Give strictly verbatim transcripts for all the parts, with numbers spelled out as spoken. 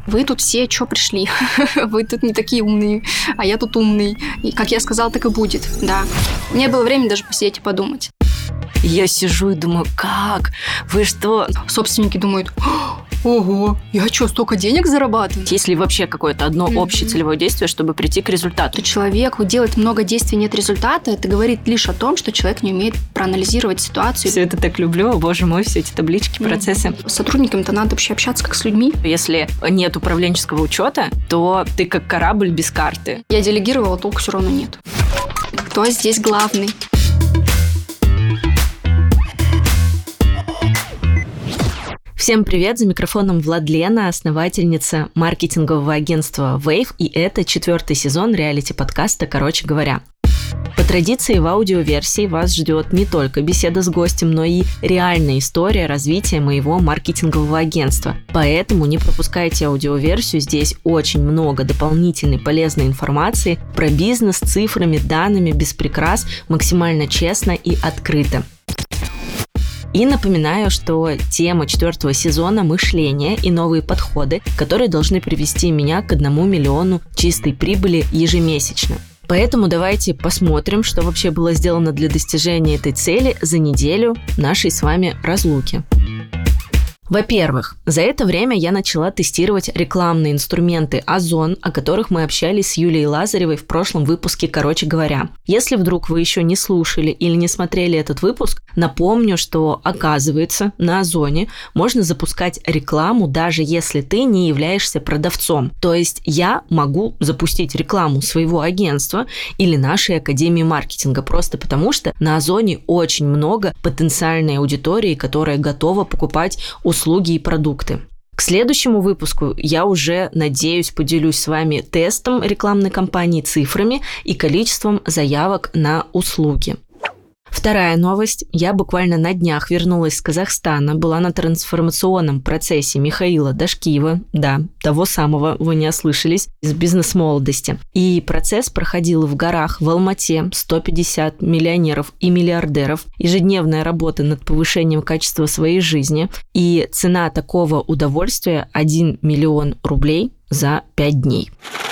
Вы тут все что пришли? Вы тут не такие умные, а я тут умный. И как я сказала, так и будет, да. У меня было время даже посидеть и подумать. Я сижу и думаю, как? Вы что? Собственники думают, ого, я что, столько денег зарабатываю? Есть ли вообще какое-то одно mm-hmm. общее целевое действие, чтобы прийти к результату? Человек делает много действий, нет результата, это говорит лишь о том, что человек не умеет проанализировать ситуацию. Все это так люблю, о боже мой, все эти таблички, mm-hmm. процессы. С сотрудниками-то надо вообще общаться как с людьми. Если нет управленческого учета, то ты как корабль без карты. Я делегировала, толку все равно нет. Кто здесь главный? Всем привет, за микрофоном Владлена, основательница маркетингового агентства Wave, и это четвертый сезон реалити-подкаста «Короче говоря». По традиции в аудиоверсии вас ждет не только беседа с гостем, но и реальная история развития моего маркетингового агентства. Поэтому не пропускайте аудиоверсию, здесь очень много дополнительной полезной информации про бизнес с цифрами, данными, без прикрас, максимально честно и открыто. И напоминаю, что тема четвертого сезона – мышление и новые подходы, которые должны привести меня к одному миллиону чистой прибыли ежемесячно. Поэтому давайте посмотрим, что вообще было сделано для достижения этой цели за неделю нашей с вами разлуки. Во-первых, за это время я начала тестировать рекламные инструменты Озон, о которых мы общались с Юлией Лазаревой в прошлом выпуске «Короче говоря». Если вдруг вы еще не слушали или не смотрели этот выпуск, напомню, что, оказывается, на Озоне можно запускать рекламу, даже если ты не являешься продавцом. То есть я могу запустить рекламу своего агентства или нашей академии маркетинга, просто потому что на Озоне очень много потенциальной аудитории, которая готова покупать услуги услуги и продукты. К следующему выпуску я уже, надеюсь, поделюсь с вами тестом рекламной кампании, цифрами и количеством заявок на услуги. Вторая новость. Я буквально на днях вернулась из Казахстана, была на трансформационном процессе Михаила Дашкиева, да, того самого, вы не ослышались, из бизнес-молодости. И процесс проходил в горах в Алмате, сто пятьдесят миллионеров и миллиардеров, ежедневная работа над повышением качества своей жизни, и цена такого удовольствия один миллион рублей за пять дней.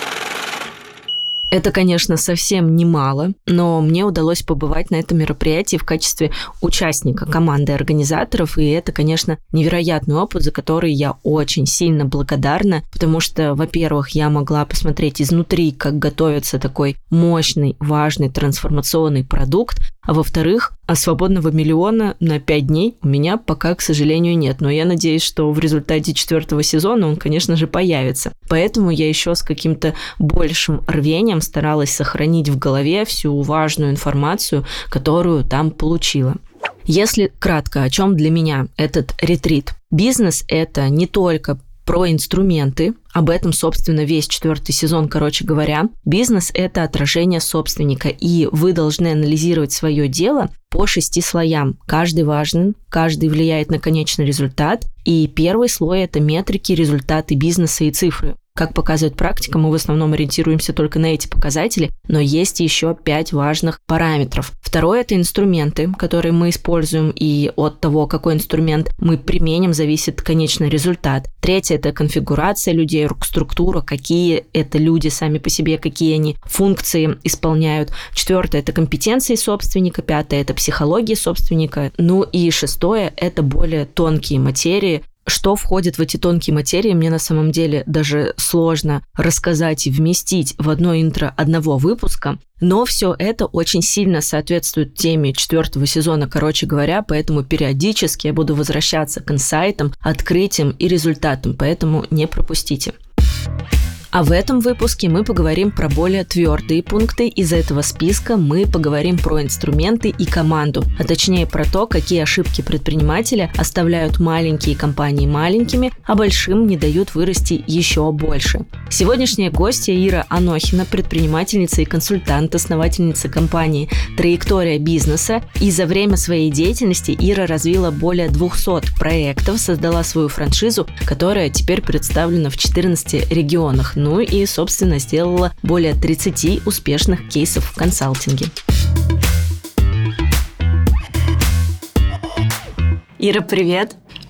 Это, конечно, совсем немало, но мне удалось побывать на этом мероприятии в качестве участника команды организаторов, и это, конечно, невероятный опыт, за который я очень сильно благодарна, потому что, во-первых, я могла посмотреть изнутри, как готовится такой мощный, важный трансформационный продукт, а во-вторых, а свободного миллиона на пять дней у меня пока, к сожалению, нет. Но я надеюсь, что в результате четвертого сезона он, конечно же, появится. Поэтому я еще с каким-то большим рвением старалась сохранить в голове всю важную информацию, которую там получила. Если кратко, о чем для меня этот ретрит? Бизнес – это не только про инструменты, об этом, собственно, весь четвертый сезон, короче говоря. Бизнес – это отражение собственника, и вы должны анализировать свое дело по шести слоям. Каждый важен, каждый влияет на конечный результат, и первый слой – это метрики, результаты бизнеса и цифры. Как показывает практика, мы в основном ориентируемся только на эти показатели, но есть еще пять важных параметров. Второе – это инструменты, которые мы используем, и от того, какой инструмент мы применим, зависит конечный результат. Третье – это конфигурация людей, структура, какие это люди сами по себе, какие они функции исполняют. Четвертое – это компетенции собственника. Пятое – это психология собственника. Ну и шестое – это более тонкие материи. Что входит в эти тонкие материи, мне на самом деле даже сложно рассказать и вместить в одно интро одного выпуска, но все это очень сильно соответствует теме четвертого сезона, короче говоря, поэтому периодически я буду возвращаться к инсайтам, открытиям и результатам, поэтому не пропустите. А в этом выпуске мы поговорим про более твердые пункты. Из этого списка мы поговорим про инструменты и команду, а точнее про то, какие ошибки предпринимателя оставляют маленькие компании маленькими, а большим не дают вырасти еще больше. Сегодняшняя гостья Ира Анохина, предпринимательница и консультант, основательница компании «Траектория бизнеса». И за время своей деятельности Ира развила более двухсот проектов, создала свою франшизу, которая теперь представлена в четырнадцати регионах. Ну и, собственно, сделала более тридцати успешных кейсов в консалтинге. Ира, привет!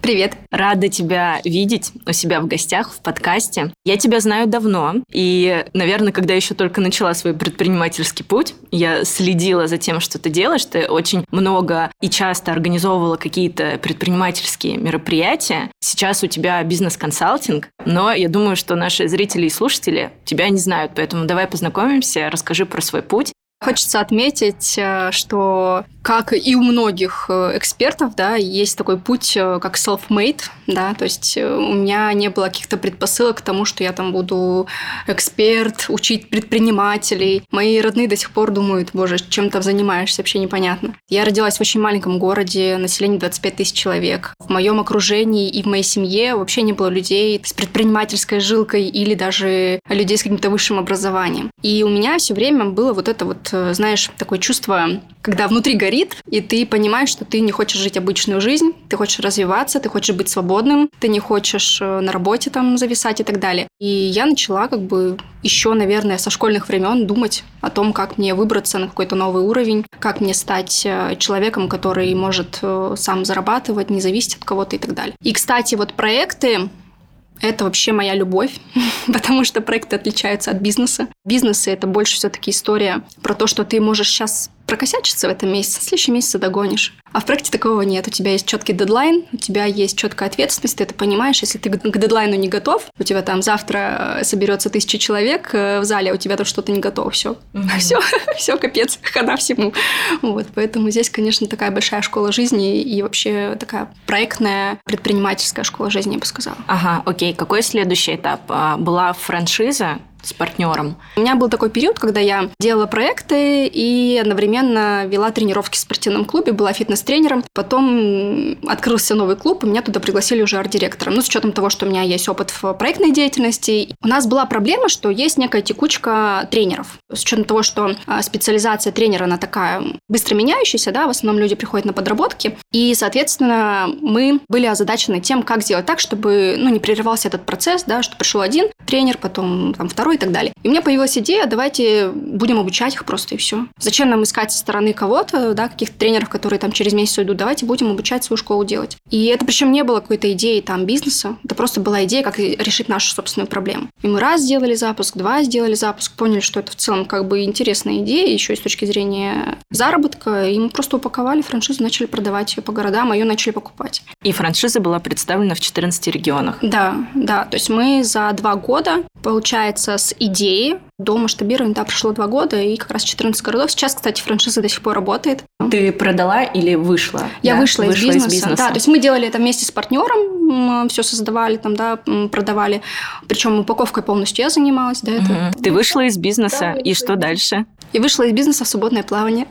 Привет. Рада тебя видеть у себя в гостях в подкасте. Я тебя знаю давно, и, наверное, когда еще только начала свой предпринимательский путь, я следила за тем, что ты делаешь. Ты очень много и часто организовывала какие-то предпринимательские мероприятия. Сейчас у тебя бизнес-консалтинг, но я думаю, что наши зрители и слушатели тебя не знают, поэтому давай познакомимся, расскажи про свой путь. Хочется отметить, что, как и у многих экспертов, да, есть такой путь, как self-made, да, то есть у меня не было каких-то предпосылок к тому, что я там буду эксперт, учить предпринимателей. Мои родные до сих пор думают, боже, чем ты занимаешься, вообще непонятно. Я родилась в очень маленьком городе, население двадцать пять тысяч человек. В моем окружении и в моей семье вообще не было людей с предпринимательской жилкой или даже людей с каким-то высшим образованием. И у меня все время было вот это вот, знаешь, такое чувство, когда внутри горит, и ты понимаешь, что ты не хочешь жить обычную жизнь, ты хочешь развиваться, ты хочешь быть свободным, ты не хочешь на работе там зависать и так далее. И я начала как бы еще, наверное, со школьных времен думать о том, как мне выбраться на какой-то новый уровень, как мне стать человеком, который может сам зарабатывать, не зависеть от кого-то и так далее. И, кстати, вот проекты — это вообще моя любовь, потому что проекты отличаются от бизнеса. Бизнес — это больше все-таки история про то, что ты можешь сейчас прокосячиться в этом месяце, в следующем месяце догонишь. А в проекте такого нет. У тебя есть четкий дедлайн, у тебя есть четкая ответственность, ты это понимаешь. Если ты к дедлайну не готов, у тебя там завтра соберется тысяча человек в зале, а у тебя там что-то не готово, все, mm-hmm. все, все, капец, хана всему. Вот, поэтому здесь, конечно, такая большая школа жизни и вообще такая проектная предпринимательская школа жизни, я бы сказала. Ага, окей. Какой следующий этап? Была франшиза с партнером? У меня был такой период, когда я делала проекты и одновременно вела тренировки в спортивном клубе, была фитнес-тренером. Потом открылся новый клуб, и меня туда пригласили уже арт-директором. Ну, с учетом того, что у меня есть опыт в проектной деятельности. У нас была проблема, что есть некая текучка тренеров. С учетом того, что специализация тренера, она такая быстро меняющаяся, да, в основном люди приходят на подработки. И, соответственно, мы были озадачены тем, как сделать так, чтобы, ну, не прерывался этот процесс, да, что пришел один тренер, потом там второй и так далее. И у меня появилась идея, давайте будем обучать их просто и все. Зачем нам искать со стороны кого-то, да, каких-то тренеров, которые там через месяц уйдут, давайте будем обучать свою школу делать. И это причем не было какой-то идеей там бизнеса, это просто была идея, как решить нашу собственную проблему. И мы раз сделали запуск, два сделали запуск, поняли, что это в целом как бы интересная идея, еще и с точки зрения заработка, и мы просто упаковали франшизу, начали продавать ее по городам, а ее начали покупать. И франшиза была представлена в четырнадцати регионах. Да, да, то есть мы за два года, получается, с идеи до масштабирования, да, прошло два года, и как раз четырнадцать городов. Сейчас, кстати, франшиза до сих пор работает. Ты продала или вышла? Я да? вышла, вышла из, бизнеса. из бизнеса. Да, то есть мы делали это вместе с партнером, все создавали, там, да, продавали. Причем упаковкой полностью я занималась до этого. Угу. Ты вышла из бизнеса, да, и что дальше? И вышла из бизнеса в свободное плавание.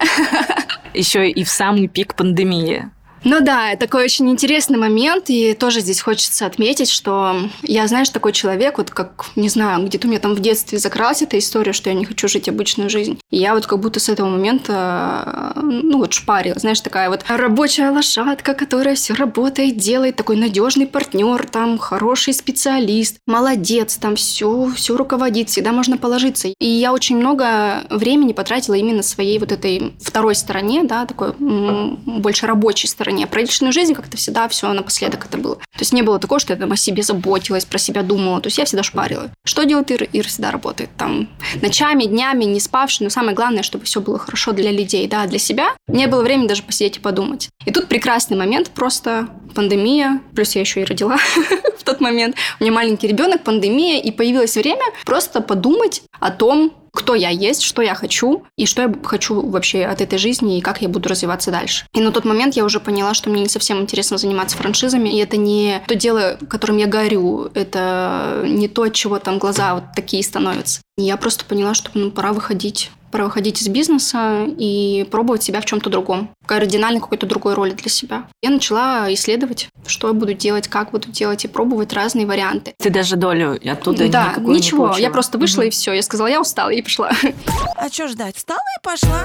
Еще и в самый пик пандемии. Ну да, такой очень интересный момент, и тоже здесь хочется отметить, что я, знаешь, такой человек, вот как, не знаю, где-то у меня там в детстве закралась эта история, что я не хочу жить обычную жизнь. И я вот как будто с этого момента, ну вот шпарила, знаешь, такая вот рабочая лошадка, которая все работает, делает, такой надежный партнер, там хороший специалист, молодец, там все, все руководит, всегда можно положиться. И я очень много времени потратила именно своей вот этой второй стороне, да, такой м- больше рабочей стороне. Про личную жизнь как-то всегда все напоследок это было. То есть не было такого, что я там о себе заботилась, про себя думала. То есть я всегда шпарила. Что делает Ира? Ира всегда работает. Там ночами, днями, не спавши. Но самое главное, чтобы все было хорошо для людей, да, для себя. Не было времени даже посидеть и подумать. И тут прекрасный момент, просто пандемия. Плюс я еще и родила в тот момент. У меня маленький ребенок, пандемия. И появилось время просто подумать о том, кто я есть, что я хочу, и что я хочу вообще от этой жизни, и как я буду развиваться дальше. И на тот момент я уже поняла, что мне не совсем интересно заниматься франшизами, и это не то дело, которым я горю, это не то, от чего там глаза вот такие становятся. И я просто поняла, что ну, пора выходить. Пора выходить из бизнеса и пробовать себя в чем-то другом, в кардинально какой-то другой роли для себя. Я начала исследовать, что я буду делать, как буду делать, и пробовать разные варианты. Ты даже долю оттуда да, никакую ничего, не получила? Я просто вышла, угу. и все. Я сказала, я устала, и пошла. А что ждать? Встала и пошла.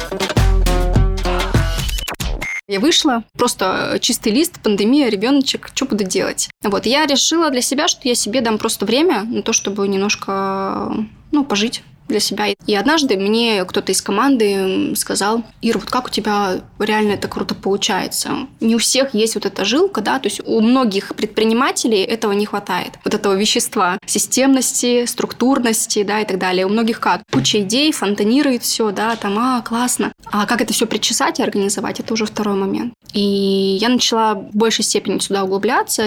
Я вышла, просто чистый лист, пандемия, ребеночек, что буду делать? Вот, я решила для себя, что я себе дам просто время на то, чтобы немножко, ну, пожить. для себя. И однажды мне кто-то из команды сказал: Ира, вот как у тебя реально это круто получается? Не у всех есть вот эта жилка, да, то есть у многих предпринимателей этого не хватает. Вот этого вещества, системности, структурности, да, и так далее. У многих как? Куча идей, фонтанирует все, да, там, а, классно. А как это все причесать и организовать, это уже второй момент. И я начала в большей степени сюда углубляться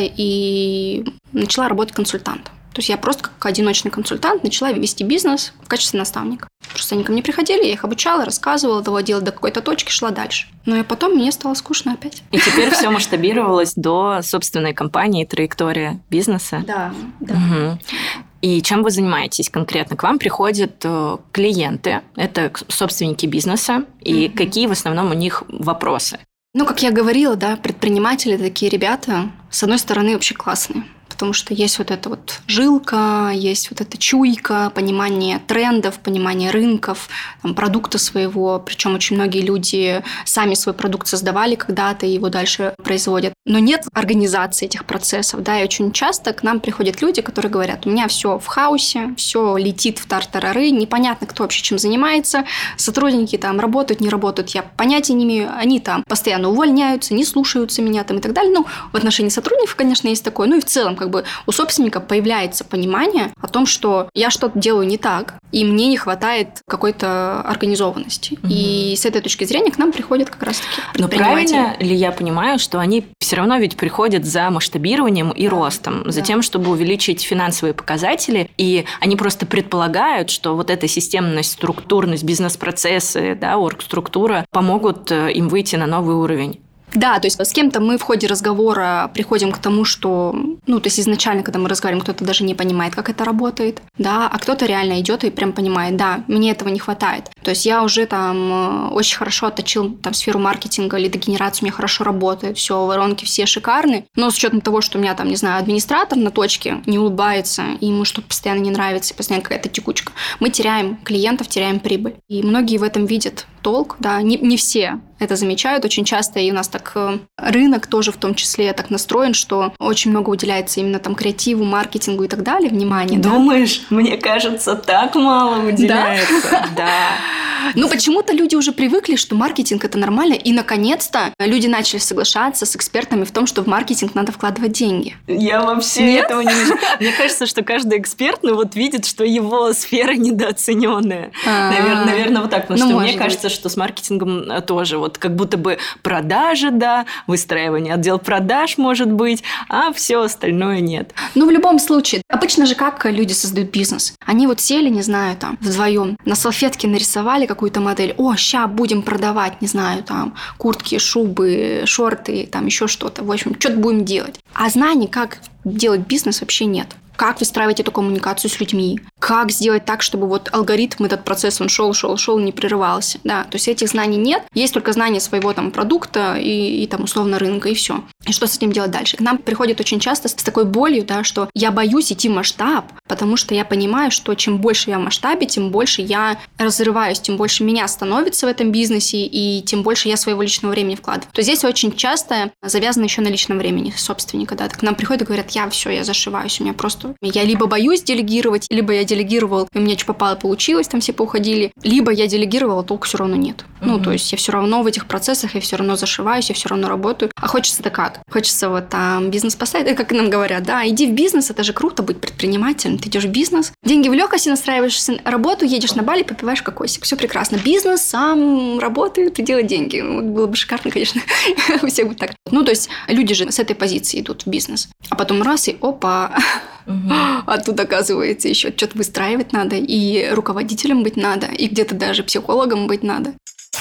и начала работать консультантом. То есть я просто как одиночный консультант начала вести бизнес в качестве наставника. Просто они ко мне приходили, я их обучала, рассказывала, доводила до какой-то точки, шла дальше. Ну и потом мне стало скучно опять. И теперь все масштабировалось до собственной компании «Траектория бизнеса». Да, да. Угу. И чем вы занимаетесь конкретно? К вам приходят клиенты, это собственники бизнеса, и mm-hmm. какие в основном у них вопросы? Ну, как я говорила, да, предприниматели такие ребята, с одной стороны, вообще классные. Потому что есть вот эта вот жилка, есть вот эта чуйка, понимание трендов, понимание рынков, там, продукта своего. Причем очень многие люди сами свой продукт создавали когда-то и его дальше производят. Но нет организации этих процессов. Да, и очень часто к нам приходят люди, которые говорят: у меня все в хаосе, все летит в тартарары, непонятно, кто вообще чем занимается, сотрудники там работают, не работают, я понятия не имею, они там постоянно увольняются, не слушаются меня там и так далее. Ну, в отношении сотрудников, конечно, есть такое. Ну и в целом, как бы у собственника появляется понимание о том, что я что-то делаю не так, и мне не хватает какой-то организованности. Угу. И с этой точки зрения к нам приходят как раз-таки предприниматели. Но правильно ли я понимаю, что они все равно ведь приходят за масштабированием и да. ростом, за да. тем, чтобы увеличить финансовые показатели, и они просто предполагают, что вот эта системность, структурность, бизнес-процессы, да, оргструктура помогут им выйти на новый уровень? Да, то есть с кем-то мы в ходе разговора приходим к тому, что, ну, то есть изначально, когда мы разговариваем, кто-то даже не понимает, как это работает, да, а кто-то реально идет и прям понимает: да, мне этого не хватает. То есть я уже там очень хорошо отточил там сферу маркетинга, лидогенерацию у меня хорошо работает, все, воронки все шикарные, но с учетом того, что у меня там, не знаю, администратор на точке не улыбается, и ему что-то постоянно не нравится, и постоянно какая-то текучка, мы теряем клиентов, теряем прибыль. И многие в этом видят толк, да, не, не все это замечают. Очень часто и у нас так рынок тоже в том числе так настроен, что очень много уделяется именно там креативу, маркетингу и так далее, внимания. Думаешь, да? Мне кажется, так мало уделяется. Да. Ну, почему-то люди уже привыкли, что маркетинг – это нормально, и, наконец-то, люди начали соглашаться с экспертами в том, что в маркетинг надо вкладывать деньги. Я вообще Нет? этого не вижу. Мне кажется, что каждый эксперт, ну, вот видит, что его сфера недооцененная. Наверное, наверное, вот так. Потому что мне кажется, что с маркетингом тоже вот как будто бы продажи, да, выстраивание отдел продаж может быть, а все остальное нет. Ну, в любом случае, обычно же как люди создают бизнес? Они вот сели, не знаю, там, вдвоем, на салфетке нарисовали какую-то модель. О, ща будем продавать, не знаю, там, куртки, шубы, шорты, там, еще что-то. В общем, что-то будем делать. А знаний, как делать бизнес, вообще нет. Как выстраивать эту коммуникацию с людьми, как сделать так, чтобы вот алгоритм, этот процесс, он шел, шел, шел, не прерывался. Да, то есть этих знаний нет, есть только знания своего там продукта и, и там условно рынка, и все. И что с этим делать дальше? К нам приходит очень часто с такой болью, да, что я боюсь идти в масштаб, потому что я понимаю, что чем больше я в масштабе, тем больше я разрываюсь, тем больше меня становится в этом бизнесе, и тем больше я своего личного времени вкладываю. То есть здесь очень часто завязано еще на личном времени собственника. Да. К нам приходят и говорят: я все, я зашиваюсь, у меня просто... Я либо боюсь делегировать, либо я делегировал, и у меня что попало, получилось, там все поуходили, либо я делегировала, толку все равно нет. Mm-hmm. Ну, то есть я все равно в этих процессах, я все равно зашиваюсь, я все равно работаю. А хочется-то как? Хочется вот там бизнес поставить, как нам говорят, да, иди в бизнес, это же круто быть предпринимателем. Ты идешь в бизнес, деньги в легкости, настраиваешься на работу, едешь на Бали, попиваешь кокосик. Все прекрасно. Бизнес сам работает и делает деньги. Вот было бы шикарно, конечно, у всех будет так. Ну, то есть люди же с этой позиции идут в бизнес. А потом раз и опа... Угу. А тут, оказывается, еще что-то выстраивать надо, и руководителем быть надо, и где-то даже психологом быть надо.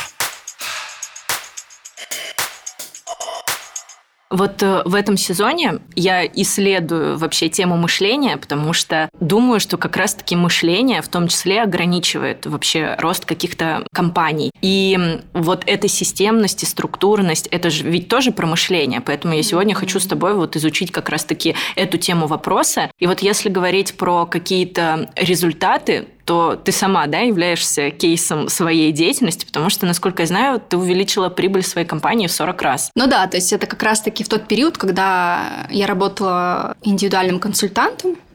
Вот в этом сезоне я исследую вообще тему мышления, потому что думаю, что как раз-таки мышление в том числе ограничивает вообще рост каких-то компаний. И вот эта системность и структурность, это же ведь тоже про мышление, поэтому я сегодня mm-hmm. хочу с тобой вот изучить как раз-таки эту тему вопроса. И вот если говорить про какие-то результаты, то ты сама, да, являешься кейсом своей деятельности, потому что, насколько я знаю, ты увеличила прибыль своей компании в сорок раз. Ну да, то есть это как раз-таки в тот период, когда я работала индивидуальным консультантом,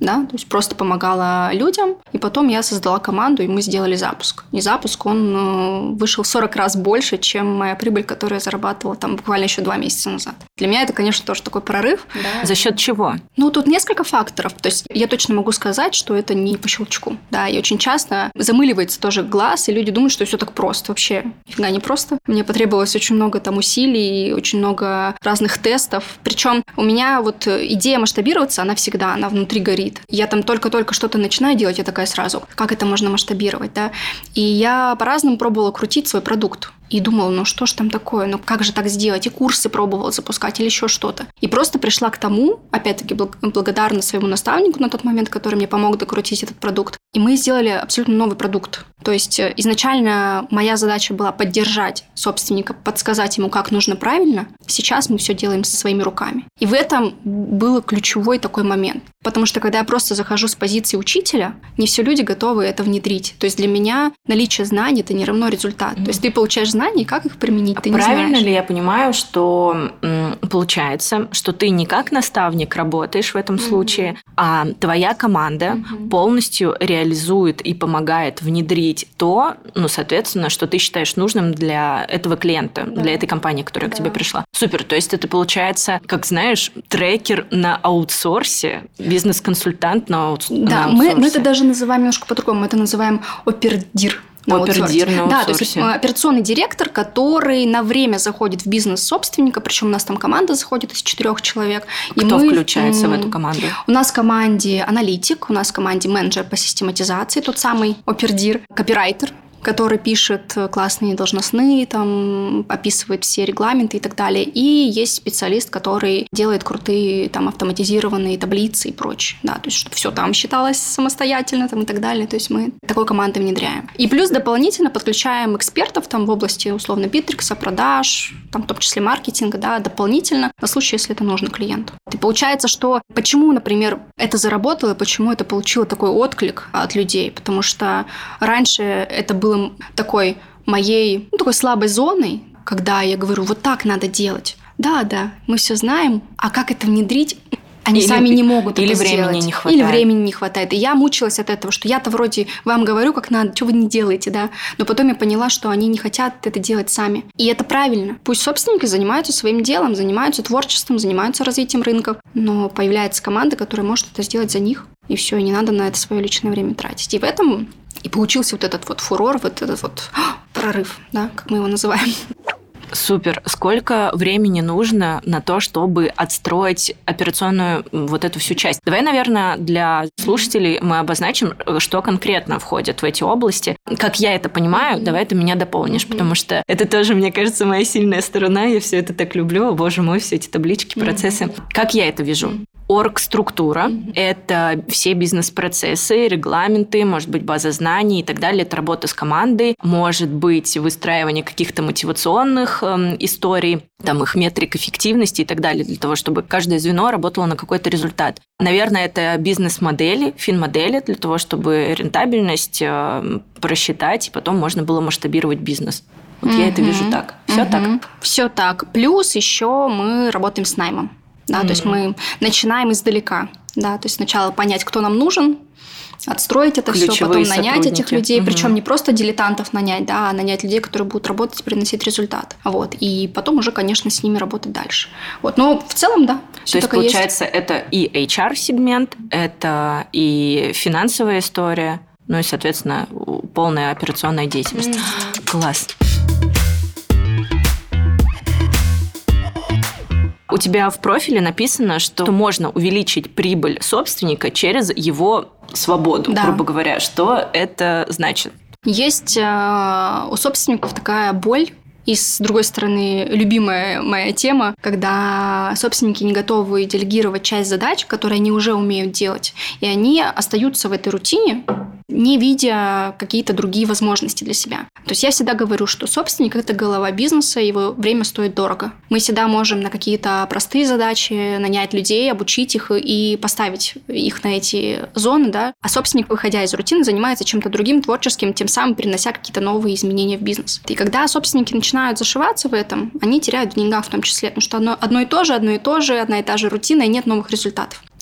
да, то есть просто помогала людям, и потом я создала команду, и мы сделали запуск. И запуск, он вышел в сорок раз больше, чем моя прибыль, которую я зарабатывала там буквально еще два месяца назад. Для меня это, конечно, тоже такой прорыв. Да. За счет чего? Ну, тут несколько факторов. То есть я точно могу сказать, что это не по щелчку. Да, и очень часто замыливается тоже глаз, и люди думают, что все так просто. Вообще нифига не просто. Мне потребовалось очень много там усилий, очень много разных тестов. Причем у меня вот идея масштабироваться, она всегда, она внутри горит. Я там только-только что-то начинаю делать, я такая сразу, как это можно масштабировать, да? И я по-разному пробовала крутить свой продукт. И думала, ну что ж там такое, ну как же так сделать? И курсы пробовала запускать или еще что-то. И просто пришла к тому, опять-таки благодарна своему наставнику на тот момент, который мне помог докрутить этот продукт. И мы сделали абсолютно новый продукт. То есть изначально моя задача была поддержать собственника, подсказать ему, как нужно правильно. Сейчас мы все делаем со своими руками. И в этом был ключевой такой момент. Потому что когда я просто захожу с позиции учителя, не все люди готовы это внедрить. То есть для меня наличие знаний – это не равно результат. Mm-hmm. То есть ты получаешь знания, как их применить, ты Правильно не знаешь. ли я понимаю, что м, получается, что ты не как наставник работаешь в этом mm-hmm. случае, а твоя команда mm-hmm. полностью реализует и помогает внедрить то, ну, соответственно, что ты считаешь нужным для этого клиента, да. для этой компании, которая да. к тебе пришла. Супер, то есть это получается, как знаешь, трекер на аутсорсе, бизнес-консультант на, аутс... да, на аутсорсе. Да, мы, мы это даже называем немножко по-другому, мы это называем опердир. На Опердир на да, то есть операционный директор, который на время заходит в бизнес собственника, причем у нас там команда заходит из четырех человек. Кто и мы, включается м- в эту команду? У нас в команде аналитик, у нас в команде менеджер по систематизации, тот самый опердир, копирайтер, который пишет классные должностные, там, описывает все регламенты и так далее. И есть специалист, который делает крутые там, автоматизированные таблицы и прочее. Да, то есть, чтобы все там считалось самостоятельно там, и так далее. То есть мы такой командой внедряем. И плюс дополнительно подключаем экспертов там, в области, условно, битрикса, продаж, там, в том числе маркетинга, да, дополнительно на случай, если это нужно клиенту. И получается, что почему, например, это заработало, почему это получило такой отклик от людей? Потому что раньше это было такой моей, ну, такой слабой зоной, когда я говорю, вот так надо делать. Да, да, мы все знаем, а как это внедрить? Они или, сами не могут или это времени сделать. Не хватает. Или времени не хватает. И я мучилась от этого, что я-то вроде вам говорю, как надо, что вы не делаете, да? Но потом я поняла, что они не хотят это делать сами. И это правильно. Пусть собственники занимаются своим делом, занимаются творчеством, занимаются развитием рынков, но появляется команда, которая может это сделать за них, и все, и не надо на это свое личное время тратить. И в этом и получился вот этот вот фурор, вот этот вот прорыв, да, как мы его называем. Супер. Сколько времени нужно на то, чтобы отстроить операционную вот эту всю часть? Давай, наверное, для слушателей мы обозначим, что конкретно входит в эти области. Как я это понимаю, mm-hmm. давай ты меня дополнишь, mm-hmm. потому что это тоже, мне кажется, моя сильная сторона. Я все это так люблю. О, боже мой, все эти таблички, процессы. Mm-hmm. Как я это вижу? Mm-hmm. Орг-структура mm-hmm. – это все бизнес-процессы, регламенты, может быть, база знаний и так далее. Это работа с командой, может быть, выстраивание каких-то мотивационных э, историй, там их метрик эффективности и так далее, для того, чтобы каждое звено работало на какой-то результат. Наверное, это бизнес-модели, фин-модели, для того, чтобы рентабельность э, просчитать, и потом можно было масштабировать бизнес. Вот mm-hmm. я это вижу так. Все mm-hmm. так? Все так. Плюс еще мы работаем с наймом. Да, mm-hmm. То есть мы начинаем издалека. Да, то есть сначала понять, кто нам нужен, отстроить это все, потом нанять этих людей, mm-hmm. причем не просто дилетантов нанять, да, а нанять людей, которые будут работать и приносить результат. Вот. И потом уже, конечно, с ними работать дальше. Вот. Но в целом, да. То есть, получается, есть. Это и эйч ар-сегмент, это и финансовая история, ну и, соответственно, полная операционная деятельность. Mm-hmm. Класс. У тебя в профиле написано, что можно увеличить прибыль собственника через его свободу, да. грубо говоря. Что это значит? Есть э, у собственников такая боль. И, с другой стороны, любимая моя тема, когда собственники не готовы делегировать часть задач, которые они уже умеют делать, и они остаются в этой рутине, не видя какие-то другие возможности для себя. То есть я всегда говорю, что собственник – это голова бизнеса, его время стоит дорого. Мы всегда можем на какие-то простые задачи нанять людей, обучить их и поставить их на эти зоны, да. А собственник, выходя из рутины, занимается чем-то другим, творческим, тем самым принося какие-то новые изменения в бизнес. И когда собственники начинают зашиваться в этом, они теряют в деньгах в том числе, потому что одно, одно и то же, одно и то же, одна и та же рутина, и нет новых результатов.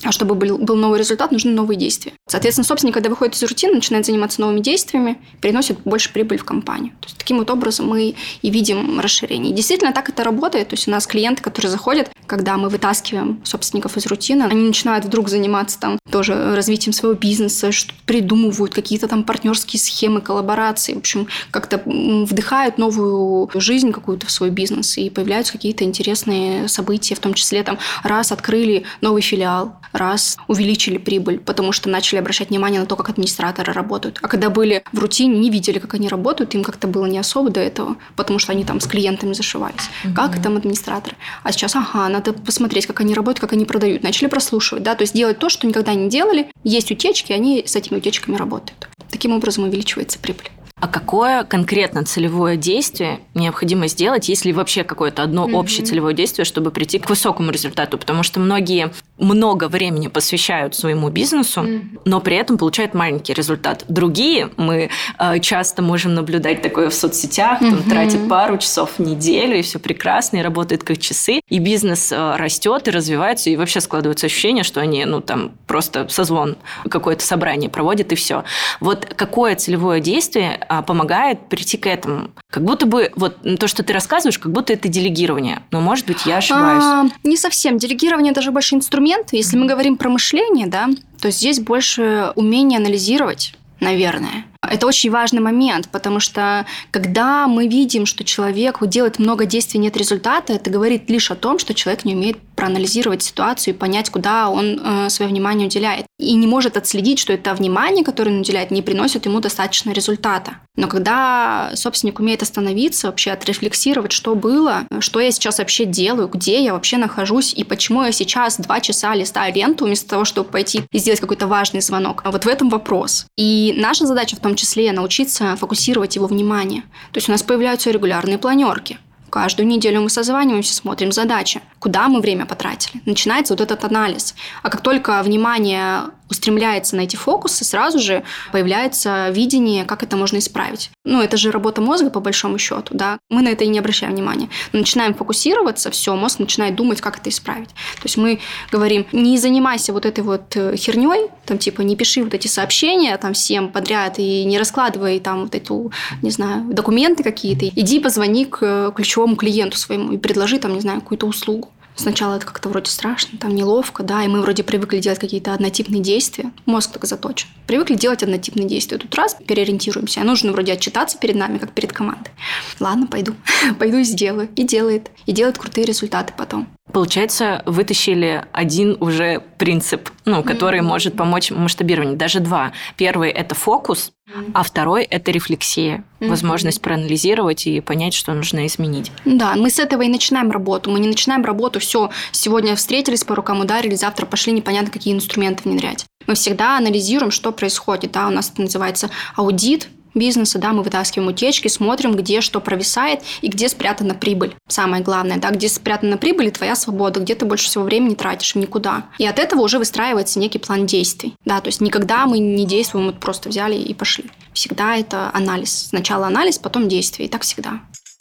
А чтобы был, был новый результат, нужны новые действия. Соответственно, собственник, когда выходит из рутины, начинает заниматься новыми действиями, переносит больше прибыль в компанию. То есть, таким вот образом мы и видим расширение. И действительно, так это работает. То есть, у нас клиенты, которые заходят, когда мы вытаскиваем собственников из рутины, они начинают вдруг заниматься там тоже развитием своего бизнеса, что-то придумывают, какие-то там партнерские схемы, коллаборации. В общем, как-то вдыхают новую жизнь какую-то в свой бизнес, и появляются какие-то интересные события, в том числе там раз открыли новый филиал, раз увеличили прибыль, потому что начали обращать внимание на то, как администраторы работают. А когда были в рутине, не видели, как они работают, им как-то было не особо до этого, потому что они там с клиентами зашивались. Mm-hmm. Как там администраторы? А сейчас, ага, надо посмотреть, как они работают, как они продают. Начали прослушивать, да, то есть делать то, что никогда не делали. Есть утечки, они с этими утечками работают. Таким образом увеличивается прибыль. А какое конкретно целевое действие необходимо сделать, если вообще какое-то одно mm-hmm. общее целевое действие, чтобы прийти к высокому результату? Потому что многие много времени посвящают своему бизнесу, mm-hmm. но при этом получают маленький результат. Другие, мы э, часто можем наблюдать такое в соцсетях, mm-hmm. там, тратят пару часов в неделю, и все прекрасно, и работает как часы, и бизнес э, растет и развивается, и вообще складывается ощущение, что они, ну, там, просто созвон, какое-то собрание проводят, и все. Вот какое целевое действие помогает прийти к этому? Как будто бы вот то, что ты рассказываешь, как будто это делегирование. Но, может быть, я ошибаюсь. А, не совсем. Делегирование – это же больше инструмент. Если мы говорим про мышление, да, то здесь больше умение анализировать, наверное. Это очень важный момент, потому что когда мы видим, что человек делает много действий, нет результата, это говорит лишь о том, что человек не умеет проанализировать ситуацию и понять, куда он э, свое внимание уделяет. И не может отследить, что это внимание, которое он уделяет, не приносит ему достаточно результата. Но когда собственник умеет остановиться, вообще отрефлексировать, что было, что я сейчас вообще делаю, где я вообще нахожусь, и почему я сейчас два часа листаю ленту, вместо того, чтобы пойти и сделать какой-то важный звонок. Вот в этом вопрос. И наша задача в том числе научиться фокусировать его внимание. То есть у нас появляются регулярные планерки. Каждую неделю мы созваниваемся, смотрим задачи, куда мы время потратили. Начинается вот этот анализ. А как только внимание устремляется на эти фокусы, сразу же появляется видение, как это можно исправить. Ну, это же работа мозга, по большому счету, да. Мы на это и не обращаем внимания. Но начинаем фокусироваться, все, мозг начинает думать, как это исправить. То есть мы говорим, не занимайся вот этой вот херней, там, типа, не пиши вот эти сообщения там всем подряд и не раскладывай там вот эту, не знаю, документы какие-то. Иди позвони к ключевому клиенту своему и предложи там, не знаю, какую-то услугу. Сначала это как-то вроде страшно, там неловко, да, и мы вроде привыкли делать какие-то однотипные действия. Мозг так заточен. Привыкли делать однотипные действия. Тут раз, переориентируемся. А нужно вроде отчитаться перед нами, как перед командой. Ладно, пойду. Пойду и сделаю. И делает. И делает крутые результаты потом. Получается, вытащили один уже принцип, ну, который mm-hmm. может помочь масштабированию. Даже два. Первый – это фокус, mm-hmm. а второй – это рефлексия. Mm-hmm. Возможность проанализировать и понять, что нужно изменить. Да, мы с этого и начинаем работу. Мы не начинаем работу, все, сегодня встретились, по рукам ударили, завтра пошли непонятно какие инструменты внедрять. Мы всегда анализируем, что происходит. Да? У нас это называется аудит бизнеса, да, мы вытаскиваем утечки, смотрим, где что провисает и где спрятана прибыль. Самое главное, да, где спрятана прибыль и твоя свобода, где ты больше всего времени тратишь, никуда. И от этого уже выстраивается некий план действий. Да, то есть никогда мы не действуем, вот просто взяли и пошли. Всегда это анализ. Сначала анализ, потом действие. И так всегда.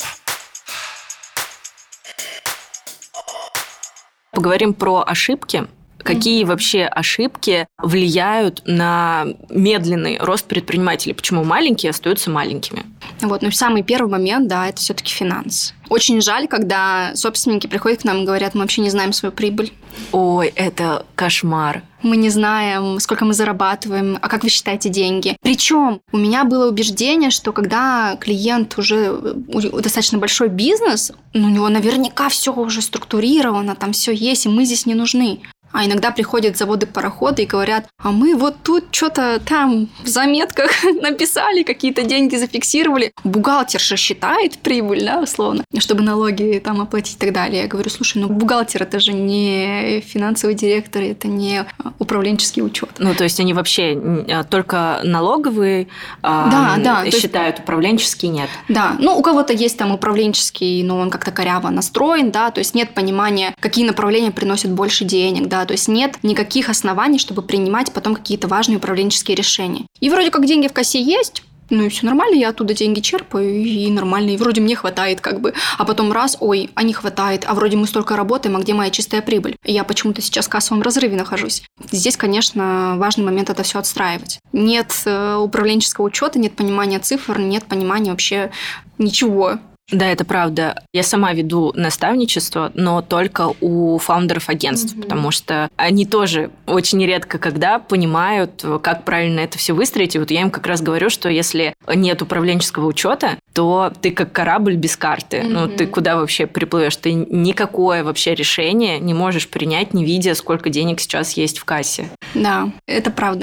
Поговорим про ошибки. Какие вообще ошибки влияют на медленный рост предпринимателей? Почему маленькие остаются маленькими? Вот, ну, самый первый момент, да, это все-таки финансы. Очень жаль, когда собственники приходят к нам и говорят, мы вообще не знаем свою прибыль. Ой, это кошмар. Мы не знаем, сколько мы зарабатываем, а как вы считаете деньги? Причем у меня было убеждение, что когда клиент уже достаточно большой бизнес, у него наверняка все уже структурировано, там все есть, и мы здесь не нужны. А иногда приходят заводы-пароходы и говорят, а мы вот тут что-то там в заметках написали, какие-то деньги зафиксировали. Бухгалтер же считает прибыль, да, условно, чтобы налоги там оплатить и так далее. Я говорю, слушай, ну бухгалтер – это же не финансовый директор, это не управленческий учет. Ну, то есть они вообще только налоговые да, э, да, считают, есть, управленческие нет? Да, ну у кого-то есть там управленческий, но он как-то коряво настроен, да, то есть нет понимания, какие направления приносят больше денег, да, то есть нет никаких оснований, чтобы принимать потом какие-то важные управленческие решения. И вроде как деньги в кассе есть, Ну и все нормально, я оттуда деньги черпаю, и нормально, и вроде мне хватает как бы. А потом раз, ой, а не хватает, а вроде мы столько работаем, а где моя чистая прибыль? И я почему-то сейчас в кассовом разрыве нахожусь. Здесь, конечно, важный момент это все отстраивать. Нет управленческого учета, нет понимания цифр, нет понимания вообще ничего. Да, это правда. Я сама веду наставничество, но только у фаундеров агентств, mm-hmm. потому что они тоже очень редко когда понимают, как правильно это все выстроить. И вот я им как раз говорю, что если нет управленческого учета, то ты как корабль без карты. Mm-hmm. Ну, ты куда вообще приплывешь? Ты никакое вообще решение не можешь принять, не видя, сколько денег сейчас есть в кассе. Да, это правда.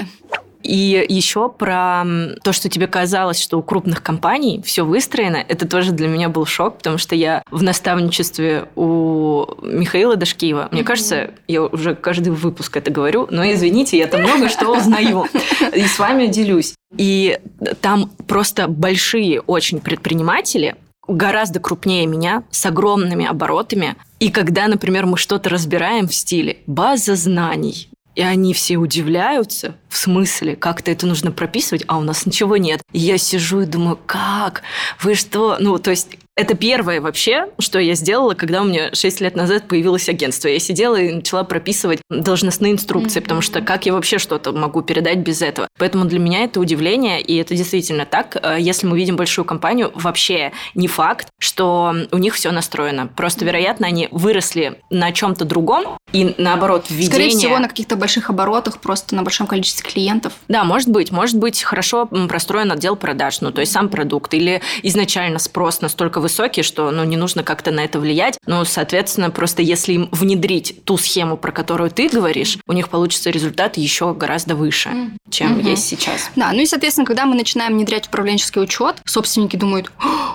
И еще про то, что тебе казалось, что у крупных компаний все выстроено, это тоже для меня был шок, потому что я в наставничестве у Михаила Дашкиева, мне mm-hmm. кажется, я уже каждый выпуск это говорю, но извините, я там много что узнаю и с вами делюсь. И там просто большие очень предприниматели, гораздо крупнее меня, с огромными оборотами. И когда, например, мы что-то разбираем в стиле «база знаний», и они все удивляются, в смысле, как-то это нужно прописывать, а у нас ничего нет. И я сижу и думаю, как? Вы что? Ну, то есть... Это первое вообще, что я сделала, когда у меня шесть лет назад появилось агентство. Я сидела и начала прописывать должностные инструкции, mm-hmm. потому что как я вообще что-то могу передать без этого? Поэтому для меня это удивление, и это действительно так. Если мы видим большую компанию, вообще не факт, что у них все настроено. Просто, вероятно, они выросли на чем-то другом, и наоборот, введение... Скорее всего, на каких-то больших оборотах, просто на большом количестве клиентов. Да, может быть. Может быть, хорошо простроен отдел продаж, ну, то есть сам продукт, или изначально спрос настолько высокий, что ну, не нужно как-то на это влиять. Ну, соответственно, просто если им внедрить ту схему, про которую ты говоришь, у них получится результат еще гораздо выше, чем mm-hmm. есть сейчас. Да, ну и, соответственно, когда мы начинаем внедрять управленческий учет, собственники думают...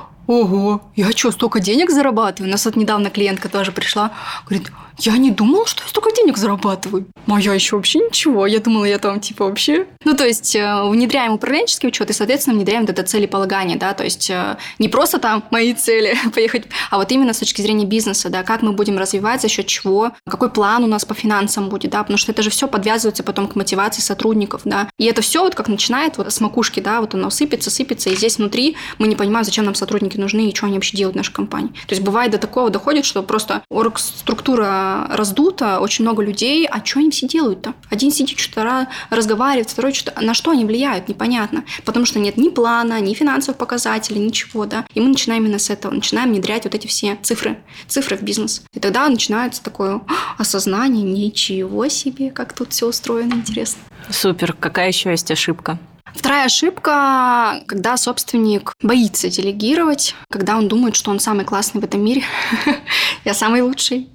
Ого, я что, столько денег зарабатываю? У нас вот недавно клиентка тоже пришла, говорит, я не думала, что я столько денег зарабатываю. А я еще вообще ничего. Я думала, я там типа вообще... Ну, то есть, внедряем управленческий учет и, соответственно, внедряем вот это целеполагание, да, то есть, не просто там мои цели поехать, а вот именно с точки зрения бизнеса, да, как мы будем развивать, за счет чего, какой план у нас по финансам будет, да, потому что это же все подвязывается потом к мотивации сотрудников, да, и это все вот как начинает вот с макушки, да, вот оно сыпется, сыпется, и здесь внутри мы не понимаем, зачем нам сотрудники нужны и что они вообще делают в нашей компании. То есть, бывает до такого доходит, что просто оргструктура раздута, очень много людей, а что они все делают-то? Один сидит, что-то разговаривает, второй что-то... На что они влияют, непонятно. Потому что нет ни плана, ни финансовых показателей, ничего, да. И мы начинаем именно с этого, начинаем внедрять вот эти все цифры, цифры в бизнес. И тогда начинается такое осознание, ничего себе, как тут все устроено, интересно. Супер. Какая еще есть ошибка? Вторая ошибка, когда собственник боится делегировать, когда он думает, что он самый классный в этом мире. Я самый лучший,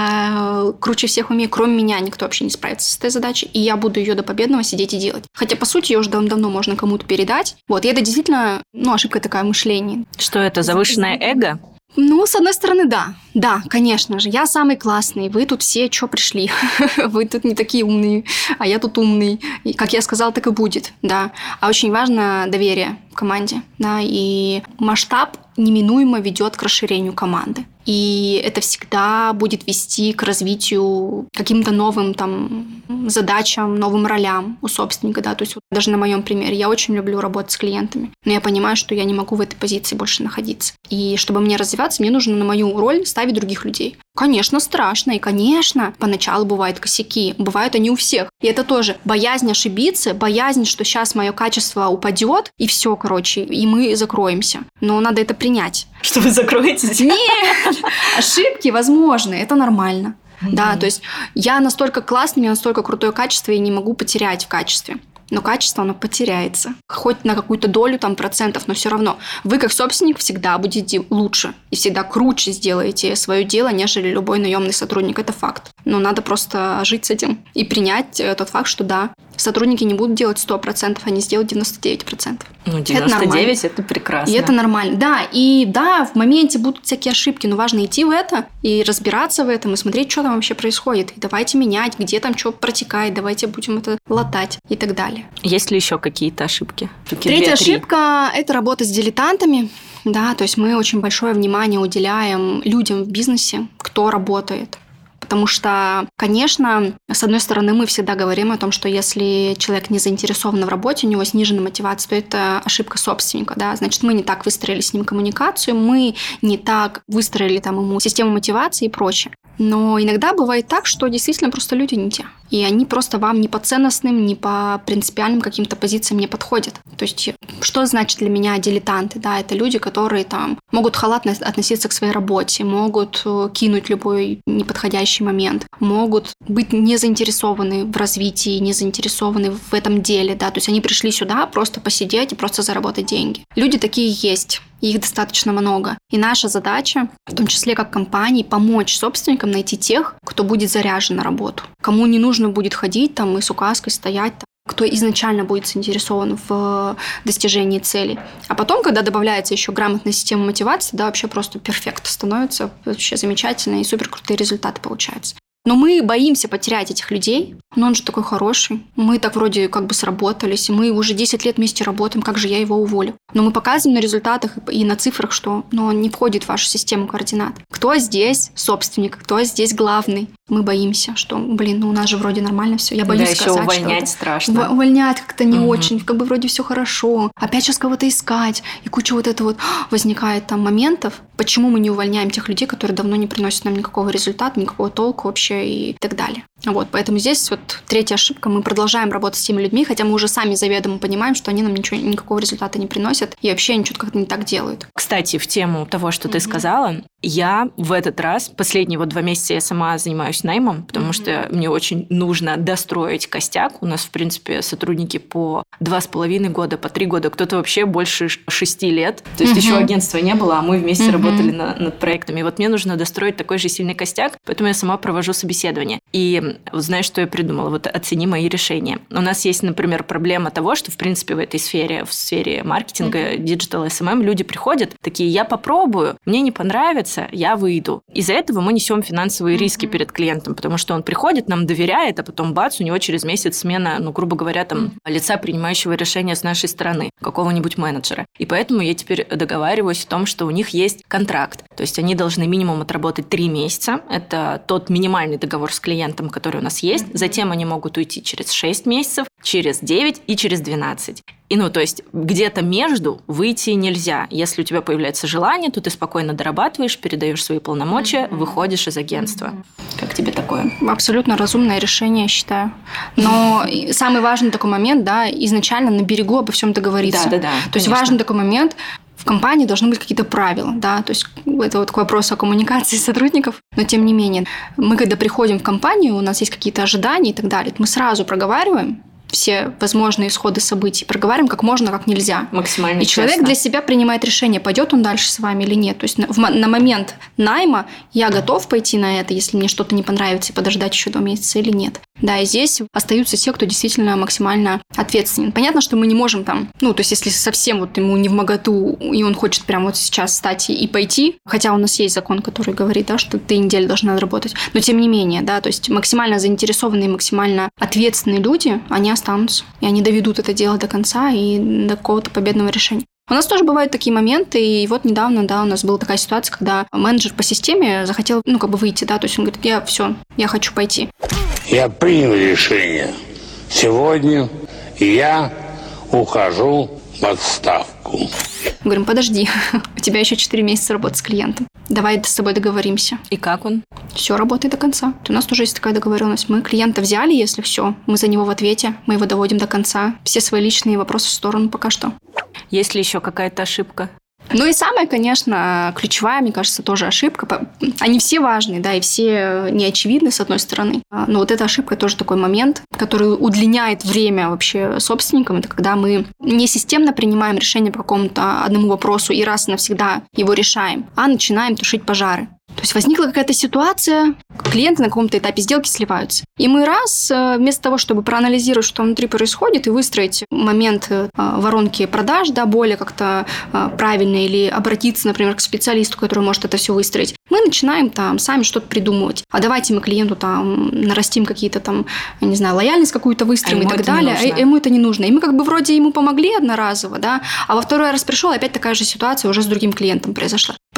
я круче всех умею, кроме меня никто вообще не справится с этой задачей, и я буду ее до победного сидеть и делать. Хотя, по сути, ее уже давно можно кому-то передать. Вот, и это действительно, ну, ошибка такая мышления. Что это, завышенное эго? Ну, с одной стороны, да. Да, конечно же. Я самый классный. Вы тут все что пришли? Вы тут не такие умные, а я тут умный. И, как я сказала, так и будет, да. А очень важно доверие в команде, да, и масштаб неминуемо ведет к расширению команды. И это всегда будет вести к развитию каким-то новым там задачам, новым ролям у собственника, да, то есть вот даже на моем примере я очень люблю работать с клиентами, но я понимаю, что я не могу в этой позиции больше находиться. И чтобы мне развиваться, мне нужно на мою роль ставить других людей. Конечно, страшно, и, конечно, поначалу бывают косяки, бывают они у всех. И это тоже боязнь ошибиться, боязнь, что сейчас мое качество упадет, и все, короче, и мы закроемся. Но надо это принять. Что вы закроетесь? Нет! Ошибки возможны, это нормально. Mm-hmm. Да, то есть я настолько классный, у меня настолько крутое качество, и не могу потерять в качестве. Но качество, оно потеряется. Хоть на какую-то долю там процентов, но все равно. Вы, как собственник, всегда будете лучше и всегда круче сделаете свое дело, нежели любой наемный сотрудник. Это факт. Но надо просто жить с этим и принять тот факт, что да, сотрудники не будут делать сто процентов, они сделают девяносто девять процентов. Ну, девяносто девять это, это прекрасно. И это нормально. Да, и да, в моменте будут всякие ошибки, но важно идти в это и разбираться в этом, и смотреть, что там вообще происходит. И давайте менять, где там что протекает, давайте будем это латать и так далее. Есть ли еще какие-то ошибки? Такие Третья две-три. ошибка – это работа с дилетантами. Да, то есть мы очень большое внимание уделяем людям в бизнесе, кто работает. потому что, конечно, с одной стороны, мы всегда говорим о том, что если человек не заинтересован в работе, у него снижена мотивация, то это ошибка собственника, да, значит, мы не так выстроили с ним коммуникацию, мы не так выстроили там ему систему мотивации и прочее. Но иногда бывает так, что действительно просто люди не те. И они просто вам не по ценностным, не по принципиальным каким-то позициям не подходят. То есть, что значит для меня дилетанты? Да, это люди, которые там могут халатно относиться к своей работе, могут кинуть любой неподходящий момент, могут быть не заинтересованы в развитии, не заинтересованы в этом деле. Да? То есть, они пришли сюда просто посидеть и просто заработать деньги. Люди такие есть. Их достаточно много. И наша задача, в том числе как компании, помочь собственникам найти тех, кто будет заряжен на работу, кому не нужно будет ходить там и с указкой стоять, там, кто изначально будет заинтересован в достижении цели. А потом, когда добавляется еще грамотная система мотивации, да, вообще просто перфект становится, вообще замечательно и супер крутые результаты получаются. Но мы боимся потерять этих людей, но он же такой хороший. Мы так вроде как бы сработались, мы уже десять лет вместе работаем, как же я его уволю? Но мы показываем на результатах и на цифрах, что ну, он не входит в вашу систему координат. Кто здесь собственник, кто здесь главный? Мы боимся, что, блин, ну у нас же вроде нормально все. Я боюсь да, сказать, еще увольнять что страшно. Увольнять как-то не угу. очень, как бы вроде все хорошо. Опять сейчас кого-то искать. И куча вот этого вот возникает там моментов. Почему мы не увольняем тех людей, которые давно не приносят нам никакого результата, никакого толка вообще и так далее. Вот, поэтому здесь вот третья ошибка. Мы продолжаем работать с теми людьми, хотя мы уже сами заведомо понимаем, что они нам ничего, никакого результата не приносят и вообще они что-то как-то не так делают. Кстати, в тему того, что mm-hmm. ты сказала, я в этот раз, последние вот два месяца я сама занимаюсь наймом, потому mm-hmm. что мне очень нужно достроить костяк. У нас, в принципе, сотрудники по два с половиной года, по три года, кто-то вообще больше шести лет. То есть mm-hmm. еще агентства не было, а мы вместе mm-hmm. работали на, над проектами. И вот мне нужно достроить такой же сильный костяк, поэтому я сама провожу собеседование. И знаешь, что я придумала? Вот оцени мои решения. У нас есть, например, проблема того, что, в принципе, в этой сфере, в сфере маркетинга, диджитал, эс эм эм, люди приходят, такие, я попробую, мне не понравится, я выйду. Из-за этого мы несем финансовые риски mm-hmm. перед клиентом, потому что он приходит, нам доверяет, а потом бац, у него через месяц смена, ну, грубо говоря, там, mm-hmm. лица, принимающего решения с нашей стороны, какого-нибудь менеджера. И поэтому я теперь договариваюсь о том, что у них есть контракт. То есть они должны минимум отработать три месяца. Это тот минимальный договор с клиентом, который у нас есть. Затем они могут уйти через шесть месяцев, через девять и через двенадцать. И, ну, то есть где-то между выйти нельзя. Если у тебя появляется желание, то ты спокойно дорабатываешь, передаешь свои полномочия, mm-hmm. выходишь из агентства. Mm-hmm. Как тебе такое? Абсолютно разумное решение, я считаю. Но самый важный такой момент, да, изначально на берегу обо всем договориться. Да, да, да. То есть важный такой момент. В компании должны быть какие-то правила, да, то есть это вот вопрос о коммуникации сотрудников, но тем не менее, мы когда приходим в компанию, у нас есть какие-то ожидания и так далее, мы сразу проговариваем все возможные исходы событий, проговариваем как можно, как нельзя. Максимально И человек честно. для себя принимает решение, пойдет он дальше с вами или нет. То есть на, в, на момент найма я готов пойти на это, если мне что-то не понравится, и подождать еще два месяца или нет. Да, и здесь остаются те, кто действительно максимально ответственен. Понятно, что мы не можем там, ну, то есть если совсем вот ему не вмоготу, и он хочет прямо вот сейчас встать и, и пойти, хотя у нас есть закон, который говорит, да, что ты неделю должна работать, но тем не менее, да, то есть максимально заинтересованные, максимально ответственные люди, они останутся, и они доведут это дело до конца и до какого-то победного решения. У нас тоже бывают такие моменты, и вот недавно, да, у нас была такая ситуация, когда менеджер по системе захотел, ну, как бы выйти, да, то есть он говорит, я все, я хочу пойти. Я принял решение. Сегодня я ухожу в отставку. Мы говорим, подожди, у тебя еще четыре месяца работы с клиентом. Давай с тобой договоримся. И как он? Все работает до конца. У нас тоже есть такая договоренность. Мы клиента взяли, если все, мы за него в ответе, мы его доводим до конца. Все свои личные вопросы в сторону пока что. Есть ли еще какая-то ошибка? Ну и самая, конечно, ключевая, мне кажется, тоже ошибка. Они все важны, да, и все неочевидны, с одной стороны. Но вот эта ошибка тоже такой момент, который удлиняет время вообще собственникам. Это когда мы не системно принимаем решение по какому-то одному вопросу и раз и навсегда его решаем, а начинаем тушить пожары. То есть возникла какая-то ситуация, клиенты на каком-то этапе сделки сливаются. И мы раз, вместо того, чтобы проанализировать, что внутри происходит, и выстроить момент воронки продаж, да, более как-то правильно, или обратиться, например, к специалисту, который может это все выстроить, мы начинаем там сами что-то придумывать. А давайте мы клиенту там нарастим какие-то там, я не знаю, лояльность какую-то выстроим а и так далее. А ему это не нужно. И мы как бы вроде ему помогли одноразово, да, а во второй раз пришел, опять такая же ситуация уже с другим клиентом произошла.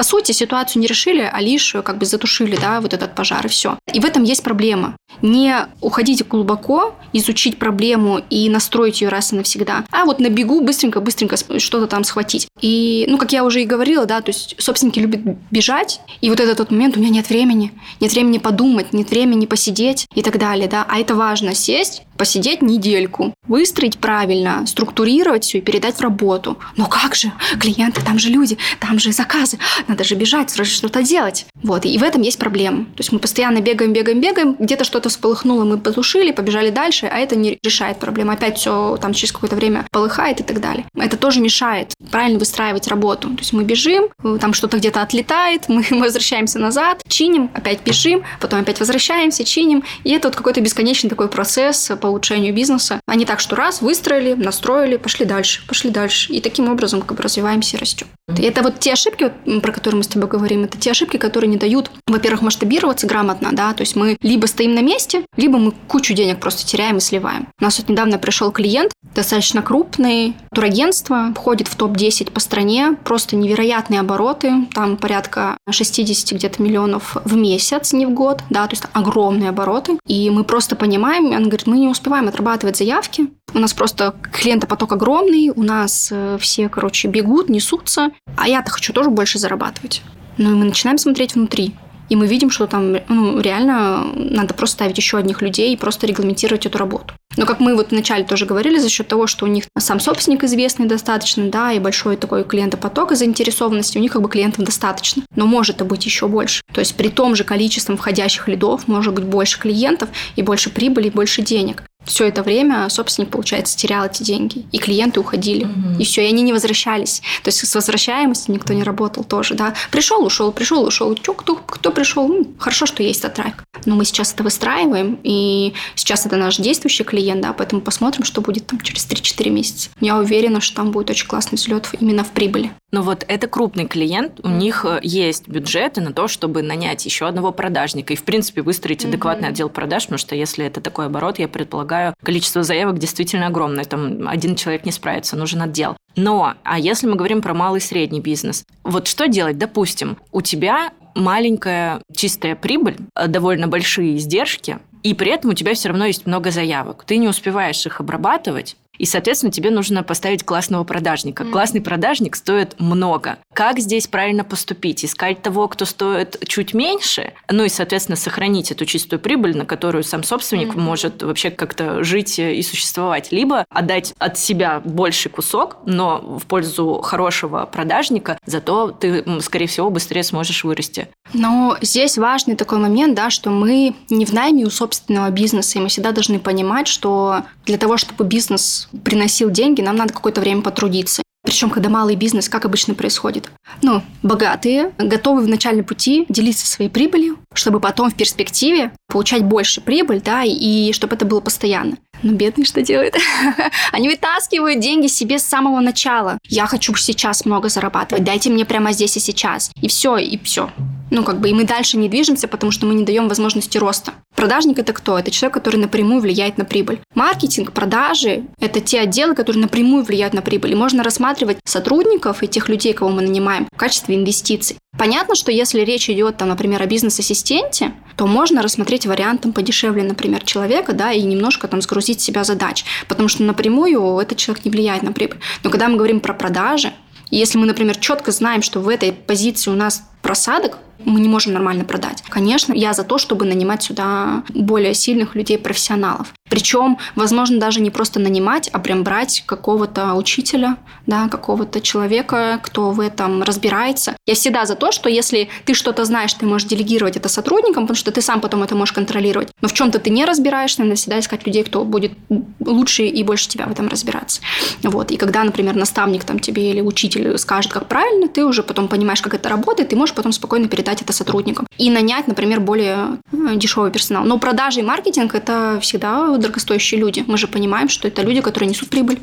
По сути, ситуацию не решили, а лишь как бы затушили, да, вот этот пожар, и все. И в этом есть проблема. Не уходить глубоко, изучить проблему и настроить ее раз и навсегда, а вот на бегу быстренько-быстренько что-то там схватить. И, ну, как я уже и говорила, да, то есть собственники любят бежать, и вот этот вот момент, у меня нет времени, нет времени подумать, нет времени посидеть и так далее, да, а это важно сесть, посидеть недельку, выстроить правильно, структурировать все и передать в работу. Но как же? Клиенты, там же люди, там же заказы, надо же бежать, срочно что-то делать. Вот, и в этом есть проблема. То есть мы постоянно бегаем, бегаем, бегаем, где-то что-то вспыхнуло, мы потушили, побежали дальше, а это не решает проблему. Опять все там через какое-то время полыхает и так далее. Это тоже мешает правильно выстраивать работу. То есть мы бежим, там что-то где-то отлетает, мы возвращаемся назад, чиним, опять бежим, потом опять возвращаемся, чиним. И это вот какой-то бесконечный такой процесс по улучшению бизнеса. А не так, что раз, выстроили, настроили, пошли дальше, пошли дальше. И таким образом как бы развиваемся и растем. И это вот те ошибки, про которые мы с тобой говорим, это те ошибки, которые не дают, во-первых, масштабироваться грамотно, да, то есть мы либо стоим на месте, либо мы кучу денег просто теряем и сливаем. У нас вот недавно пришел клиент, достаточно крупный, турагентство, входит в топ десять по стране, просто невероятные обороты, там порядка шестьдесят где-то миллионов в месяц, не в год, да, то есть огромные обороты, и мы просто понимаем, он говорит, мы не успеваем отрабатывать заявки, у нас просто клиентопоток огромный, у нас все, короче, бегут, несутся, а я-то хочу тоже больше зарабатывать. Ну и мы начинаем смотреть внутри. И мы видим, что там ну, реально надо просто ставить еще одних людей и просто регламентировать эту работу. Но как мы вот вначале тоже говорили, за счет того, что у них сам собственник известный достаточно, да, и большой такой клиентопоток и заинтересованности, у них как бы клиентов достаточно. Но может быть еще больше. То есть при том же количестве входящих лидов может быть больше клиентов и больше прибыли, и больше денег. Все это время собственник, получается, терял эти деньги, и клиенты уходили, mm-hmm. и все, и они не возвращались. То есть с возвращаемостью никто не работал тоже, да. Пришел, ушел, пришел, ушел. Чё, кто, кто пришел? Ну, хорошо, что есть отрайк. Но мы сейчас это выстраиваем, и сейчас это наш действующий клиент, да, поэтому посмотрим, что будет там через три-четыре месяца. Я уверена, что там будет очень классный взлет именно в прибыли. Но вот это крупный клиент, у них есть бюджеты на то, чтобы нанять еще одного продажника и, в принципе, выстроить адекватный mm-hmm. отдел продаж, потому что если это такой оборот, я предполагаю, количество заявок действительно огромное, там один человек не справится, нужен отдел. Но, а если мы говорим про малый и средний бизнес, вот что делать? Допустим, у тебя маленькая чистая прибыль, довольно большие издержки, и при этом у тебя все равно есть много заявок. Ты не успеваешь их обрабатывать, и, соответственно, тебе нужно поставить классного продажника. Mm. Классный продажник стоит много. Как здесь правильно поступить? Искать того, кто стоит чуть меньше, ну и, соответственно, сохранить эту чистую прибыль, на которую сам собственник mm. может вообще как-то жить и существовать. Либо отдать от себя больший кусок, но в пользу хорошего продажника, зато ты, скорее всего, быстрее сможешь вырасти. Но здесь важный такой момент, да, что мы не в найме у собственного бизнеса, и мы всегда должны понимать, что для того, чтобы бизнес приносил деньги, нам надо какое-то время потрудиться. Причем, когда малый бизнес, как обычно происходит? Ну, богатые, готовы в начальном пути делиться своей прибылью, чтобы потом в перспективе получать больше прибыль, да, и чтобы это было постоянно. Но бедные что делают? Они вытаскивают деньги себе с самого начала. Я хочу сейчас много зарабатывать, дайте мне прямо здесь и сейчас. И все, и все. Ну, как бы, и мы дальше не движемся, потому что мы не даем возможности роста. Продажник – это кто? Это человек, который напрямую влияет на прибыль. Маркетинг, продажи – это те отделы, которые напрямую влияют на прибыль. И можно рассматривать сотрудников и тех людей, кого мы нанимаем, в качестве инвестиций. Понятно, что если речь идет, там, например, о бизнес-ассистенте, то можно рассмотреть вариант там, подешевле, например, человека, да, и немножко там сгрузить себя задач, потому что напрямую этот человек не влияет на прибыль. Но когда мы говорим про продажи, и если мы, например, четко знаем, что в этой позиции у нас просадок, мы не можем нормально продать. Конечно, я за то, чтобы нанимать сюда более сильных людей, профессионалов. Причем, возможно, даже не просто нанимать, а прям брать какого-то учителя, да, какого-то человека, кто в этом разбирается. Я всегда за то, что если ты что-то знаешь, ты можешь делегировать это сотрудникам, потому что ты сам потом это можешь контролировать. Но в чем-то ты не разбираешься, надо всегда искать людей, кто будет лучше и больше тебя в этом разбираться. Вот. И когда, например, наставник там, тебе или учитель скажет, как правильно, ты уже потом понимаешь, как это работает, и можешь потом спокойно передать это сотрудникам. И нанять, например, более дешевый персонал. Но продажи и маркетинг – это всегда дорогостоящие люди. Мы же понимаем, что это люди, которые несут прибыль.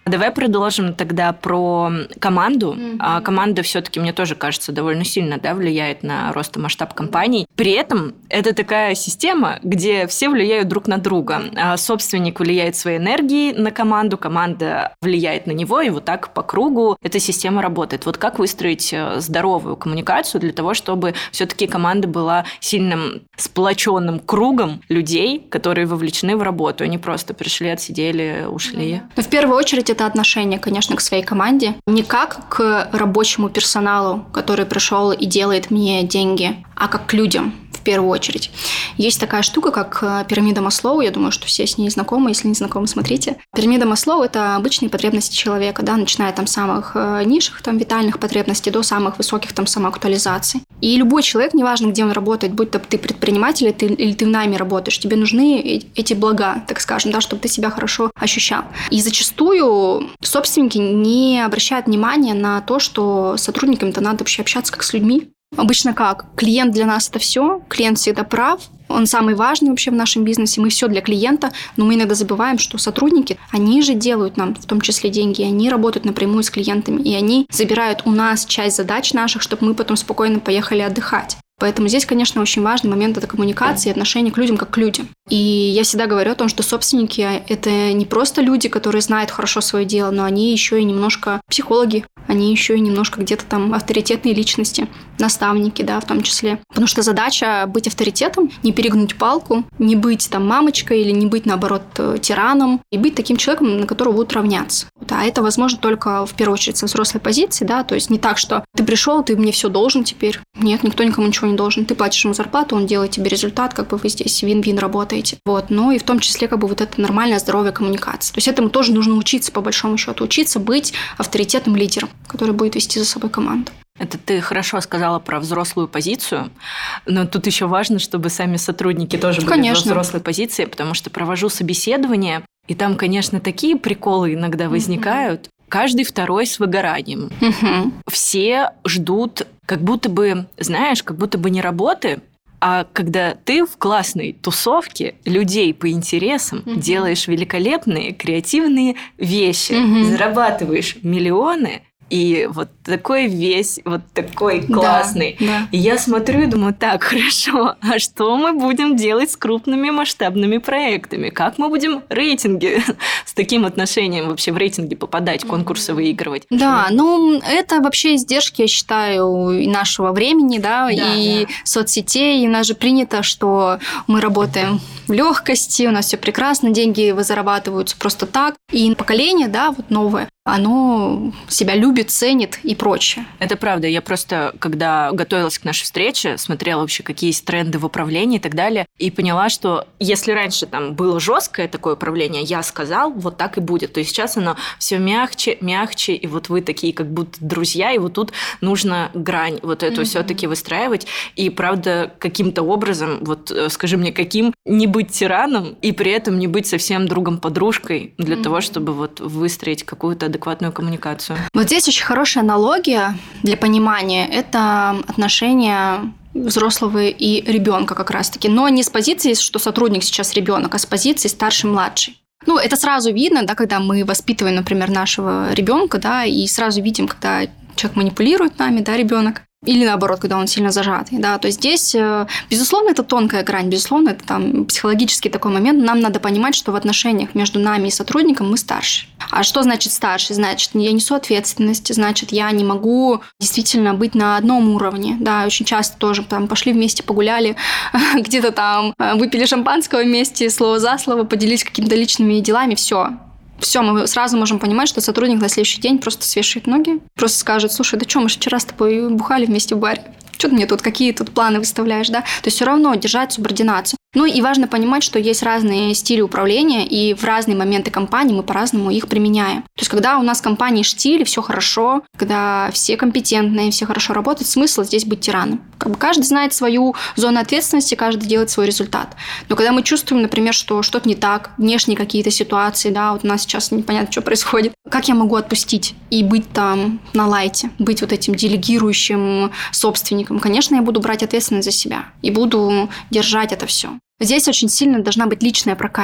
Давай продолжим тогда про команду. Mm-hmm. А команда все-таки, мне тоже кажется, довольно сильно, да, влияет на рост и масштаб компаний. При этом это такая система, где все влияют друг на друга. А собственник влияет своей энергией на команду, команда влияет на него, и вот так по кругу эта система работает. Вот как выстроить здоровую коммуникацию для того, чтобы все-таки команда была сильным сплоченным кругом людей, которые вовлечены в работу, они просто пришли, отсидели, ушли. Но в первую очередь это отношение, конечно, к своей команде. Не как к рабочему персоналу, который пришел и делает мне деньги, а как к людям в первую очередь. Есть такая штука, как пирамида Маслоу. Я думаю, что все с ней знакомы. Если не знакомы, смотрите. Пирамида Маслоу – это обычные потребности человека, да, начиная там с самых низших там, витальных потребностей до самых высоких там, самоактуализаций. И любой человек, неважно, где он работает, будь то ты предприниматель или ты, или ты в найме работаешь, тебе нужны эти блага, так скажем, да, чтобы ты себя хорошо ощущал. И зачастую собственники не обращают внимания на то, что сотрудникам-то надо вообще общаться как с людьми. Обычно как? Клиент для нас – это все, клиент всегда прав, он самый важный вообще в нашем бизнесе, мы все для клиента, но мы иногда забываем, что сотрудники, они же делают нам в том числе деньги, они работают напрямую с клиентами, и они забирают у нас часть задач наших, чтобы мы потом спокойно поехали отдыхать. Поэтому здесь, конечно, очень важный момент – это коммуникация и отношение к людям как к людям. И я всегда говорю о том, что собственники – это не просто люди, которые знают хорошо свое дело, но они еще и немножко психологи, они еще и немножко где-то там авторитетные личности, наставники, да, в том числе. Потому что задача быть авторитетом, не перегнуть палку, не быть там мамочкой или не быть, наоборот, тираном, и быть таким человеком, на которого будут равняться. А это возможно только, в первую очередь, со взрослой позиции, да, то есть не так, что ты пришел, ты мне все должен теперь. Нет, никто никому ничего не должен. Ты платишь ему зарплату, он делает тебе результат, как бы вы здесь вин-вин работаете. Вот. Ну и в том числе как бы вот это нормальная здоровая коммуникация. То есть этому тоже нужно учиться, по большому счету, учиться быть авторитетным лидером, который будет вести за собой команду. Это ты хорошо сказала про взрослую позицию, но тут еще важно, чтобы сами сотрудники тоже были Конечно. в взрослой позиции, потому что провожу собеседование, и там, конечно, такие приколы иногда возникают. Mm-hmm. Каждый второй с выгоранием. Mm-hmm. Все ждут, как будто бы, знаешь, как будто бы не работы, а когда ты в классной тусовке людей по интересам mm-hmm. делаешь великолепные, креативные вещи, mm-hmm. зарабатываешь миллионы, и вот такой весь, вот такой классный. Да, да. И я смотрю и думаю, так, хорошо, а что мы будем делать с крупными масштабными проектами? Как мы будем рейтинги с таким отношением вообще в рейтинги попадать, конкурсы выигрывать? Да, ну это вообще издержки, я считаю, нашего времени, да, да и да. соцсетей. И у нас же принято, что мы работаем в легкости, у нас все прекрасно, деньги зарабатываются просто так. И поколение, да, вот новое, оно себя любит, ценит и прочее. Это правда. Я просто, когда готовилась к нашей встрече, смотрела вообще, какие есть тренды в управлении и так далее, и поняла, что если раньше там было жесткое такое управление, я сказал, вот так и будет, то сейчас оно все мягче, мягче, и вот вы такие как будто друзья, и вот тут нужно грань вот эту mm-hmm. все-таки выстраивать. И правда, каким-то образом, вот скажи мне, каким не быть тираном и при этом не быть совсем другом-подружкой для mm-hmm. того, чтобы вот выстроить какую-то адекватную коммуникацию. Вот здесь очень хорошая аналогия для понимания – это отношения взрослого и ребенка как раз-таки, но не с позиции, что сотрудник сейчас ребенок, а с позиции старший-младший. Ну, это сразу видно, да, когда мы воспитываем, например, нашего ребенка, да, и сразу видим, когда человек манипулирует нами, да, ребенок. Или наоборот, когда он сильно зажатый, да, то есть здесь, безусловно, это тонкая грань, безусловно, это там психологический такой момент, нам надо понимать, что в отношениях между нами и сотрудником мы старше. А что значит старше? Значит, я несу ответственность, значит, я не могу действительно быть на одном уровне, да, очень часто тоже там пошли вместе погуляли, где-то там выпили шампанского вместе, слово за слово, поделились какими-то личными делами, все. Все, мы сразу можем понимать, что сотрудник на следующий день просто свешивает ноги, просто скажет, слушай, да что, мы же вчера с тобой бухали вместе в баре, что ты мне тут, какие тут планы выставляешь, да? То есть все равно держать субординацию. Ну и важно понимать, что есть разные стили управления, и в разные моменты компании мы по-разному их применяем. То есть когда у нас в компании штиль, все хорошо, когда все компетентные, все хорошо работают, смысл здесь быть тираном. Как бы каждый знает свою зону ответственности, каждый делает свой результат. Но когда мы чувствуем, например, что что-то не так, внешние какие-то ситуации, да, вот у нас сейчас непонятно, что происходит, как я могу отпустить и быть там на лайте, быть вот этим делегирующим собственником? Конечно, я буду брать ответственность за себя и буду держать это все. Здесь очень сильно должна быть личная прокачка.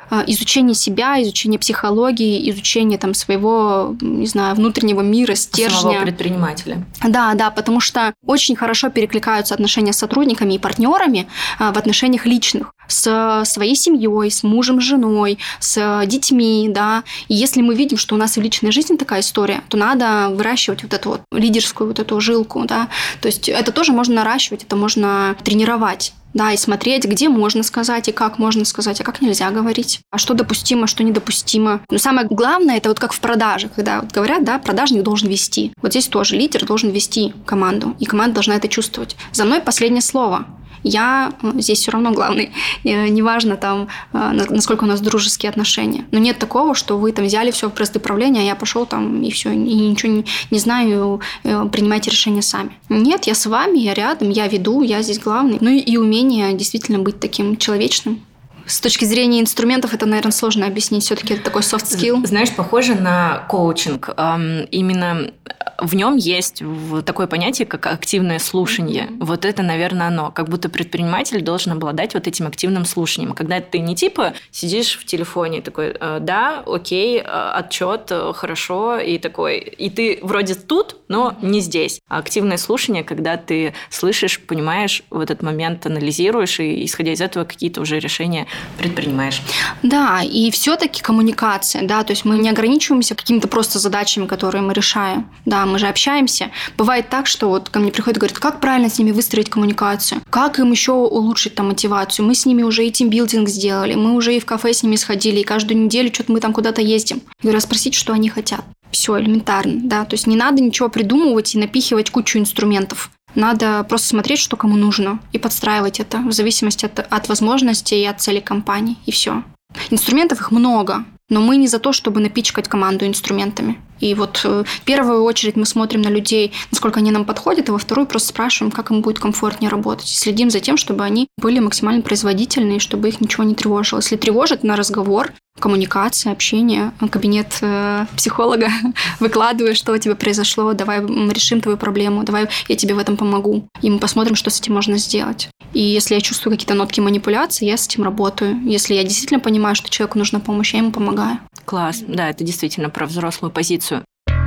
изучение себя, изучение психологии, изучение там своего, не знаю, внутреннего мира, стержня. Самого предпринимателя. Да, да, потому что очень хорошо перекликаются отношения с сотрудниками и партнерами в отношениях личных, с своей семьей, с мужем, с женой, с детьми, да. И если мы видим, что у нас и в личной жизни такая история, то надо выращивать вот эту вот лидерскую вот эту жилку, да. То есть это тоже можно наращивать, это можно тренировать. Да, и смотреть, где можно сказать, и как можно сказать, а как нельзя говорить, а что допустимо, что недопустимо. Но самое главное, это вот как в продаже, когда вот говорят, да, продажник должен вести. Вот здесь тоже лидер должен вести команду, и команда должна это чувствовать. За мной последнее слово. Я здесь все равно главный. Неважно, там, насколько у нас дружеские отношения. Но нет такого, что вы там взяли все в пресс правления, а я пошел там и все, и ничего не, не знаю, принимайте решения сами. Нет, я с вами, я рядом, я веду, я здесь главный. Ну и умение действительно быть таким человечным. С точки зрения инструментов это, наверное, сложно объяснить. Все-таки это такой soft skill. Знаешь, похоже на коучинг. Именно в нем есть такое понятие, как активное слушание. Mm-hmm. Вот это, наверное, оно. Как будто предприниматель должен обладать вот этим активным слушанием. Когда ты не типа сидишь в телефоне такой, да, окей, отчет, хорошо, и такой, и ты вроде тут, но не здесь. А активное слушание, когда ты слышишь, понимаешь, в этот момент анализируешь, и, исходя из этого, какие-то уже решения предпринимаешь. Да, и все-таки коммуникация, да, то есть мы не ограничиваемся какими-то просто задачами, которые мы решаем, да, мы же общаемся. Бывает так, что вот ко мне приходят и говорят, как правильно с ними выстроить коммуникацию, как им еще улучшить там мотивацию. Мы с ними уже и тимбилдинг сделали, мы уже и в кафе с ними сходили, и каждую неделю что-то мы там куда-то ездим. Я говорю, а спросите, что они хотят. Все элементарно, да, то есть не надо ничего придумывать и напихивать кучу инструментов. Надо просто смотреть, что кому нужно, и подстраивать это в зависимости от, от возможностей и от цели компании, и все. Инструментов их много, но мы не за то, чтобы напичкать команду инструментами. И вот в первую очередь мы смотрим на людей, насколько они нам подходят, а во вторую просто спрашиваем, как им будет комфортнее работать. И следим за тем, чтобы они были максимально производительны, и чтобы их ничего не тревожило. Если тревожит, на разговор, коммуникация, общение, кабинет э, психолога, выкладываешь, что у тебя произошло, давай решим твою проблему, давай я тебе в этом помогу. И мы посмотрим, что с этим можно сделать. И если я чувствую какие-то нотки манипуляции, я с этим работаю. Если я действительно понимаю, что человеку нужна помощь, я ему помогаю. Класс. Да, это действительно про взрослую позицию.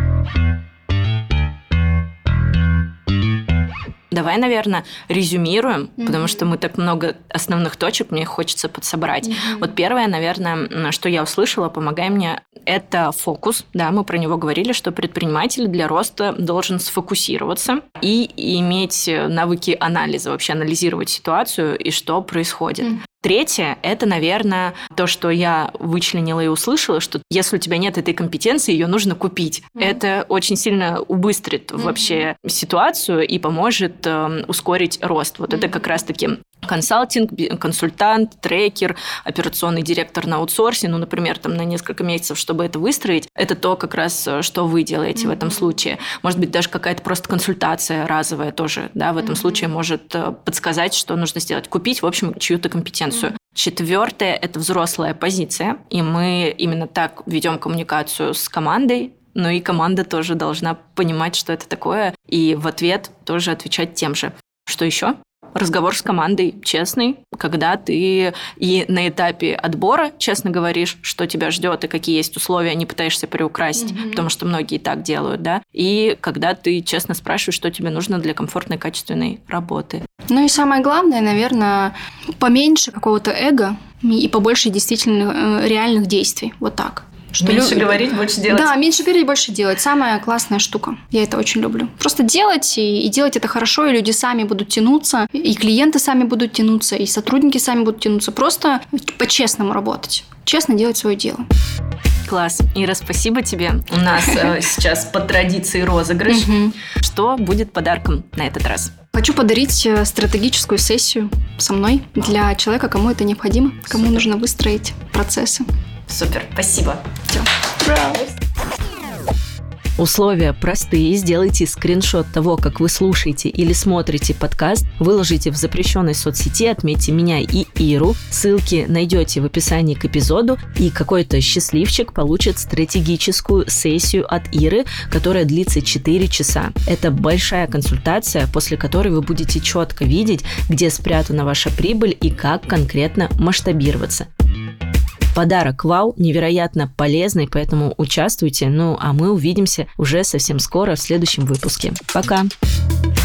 Давай, наверное, резюмируем, mm-hmm. потому что мы так много основных точек, мне хочется подсобрать. Mm-hmm. Вот первое, наверное, что я услышала, помогай мне, это фокус. Да, мы про него говорили, что предприниматель для роста должен сфокусироваться и иметь навыки анализа, вообще анализировать ситуацию и что происходит. Mm-hmm. Третье – это, наверное, то, что я вычленила и услышала, что если у тебя нет этой компетенции, ее нужно купить. Mm-hmm. Это очень сильно убыстрит mm-hmm. вообще ситуацию и поможет э, ускорить рост. Вот mm-hmm. это как раз-таки консалтинг, консультант, трекер, операционный директор на аутсорсе, ну, например, там на несколько месяцев, чтобы это выстроить, это то как раз, что вы делаете mm-hmm. в этом случае. Может быть, даже какая-то просто консультация разовая тоже, да, в этом mm-hmm. случае может подсказать, что нужно сделать. Купить, в общем, чью-то компетенцию. Mm-hmm. Четвертое – это взрослая позиция, и мы именно так ведем коммуникацию с командой, но и команда тоже должна понимать, что это такое, и в ответ тоже отвечать тем же. Что еще? Разговор с командой честный, когда ты и на этапе отбора честно говоришь, что тебя ждет и какие есть условия, не пытаешься приукрасить, mm-hmm. потому что многие так делают, да, и когда ты честно спрашиваешь, что тебе нужно для комфортной, качественной работы. Ну и самое главное, наверное, поменьше какого-то эго и побольше действительно реальных действий, вот так. Что меньше лю... говорить, больше делать. Да, меньше говорить, больше делать. Самая классная штука. Я это очень люблю. Просто делать, и, и делать это хорошо, и люди сами будут тянуться, и клиенты сами будут тянуться, и сотрудники сами будут тянуться. Просто по-честному работать. Честно делать свое дело. Класс. Ира, спасибо тебе. У нас сейчас по традиции розыгрыш. Что будет подарком на этот раз? Хочу подарить стратегическую сессию со мной для человека, кому это необходимо, кому нужно выстроить процессы. Супер, спасибо. Все. Условия простые. Сделайте скриншот того, как вы слушаете или смотрите подкаст, выложите в запрещенной соцсети, отметьте меня и Иру. Ссылки найдете в описании к эпизоду, и какой-то счастливчик получит стратегическую сессию от Иры, которая длится четыре часа. Это большая консультация, после которой вы будете четко видеть, где спрятана ваша прибыль и как конкретно масштабироваться. Подарок вау, невероятно полезный, поэтому участвуйте. Ну, а мы увидимся уже совсем скоро в следующем выпуске. Пока!